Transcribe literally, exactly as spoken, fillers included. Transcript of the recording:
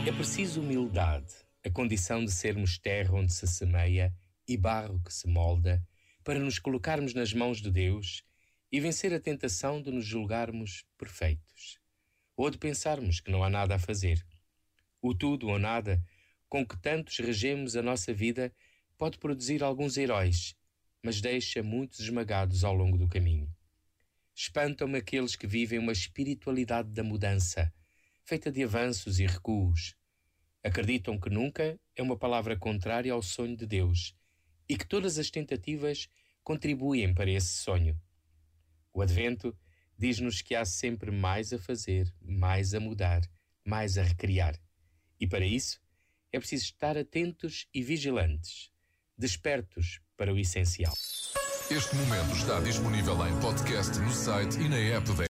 É preciso humildade, a condição de sermos terra onde se semeia e barro que se molda, para nos colocarmos nas mãos de Deus e vencer a tentação de nos julgarmos perfeitos, ou de pensarmos que não há nada a fazer. O tudo ou nada, com que tantos regemos a nossa vida, pode produzir alguns heróis, mas deixa muitos esmagados ao longo do caminho. Espantam-me aqueles que vivem uma espiritualidade da mudança, feita de avanços e recuos. Acreditam que nunca é uma palavra contrária ao sonho de Deus e que todas as tentativas contribuem para esse sonho. O Advento diz-nos que há sempre mais a fazer, mais a mudar, mais a recriar. E para isso é preciso estar atentos e vigilantes, despertos para o essencial. Este momento está disponível em podcast no site e na app da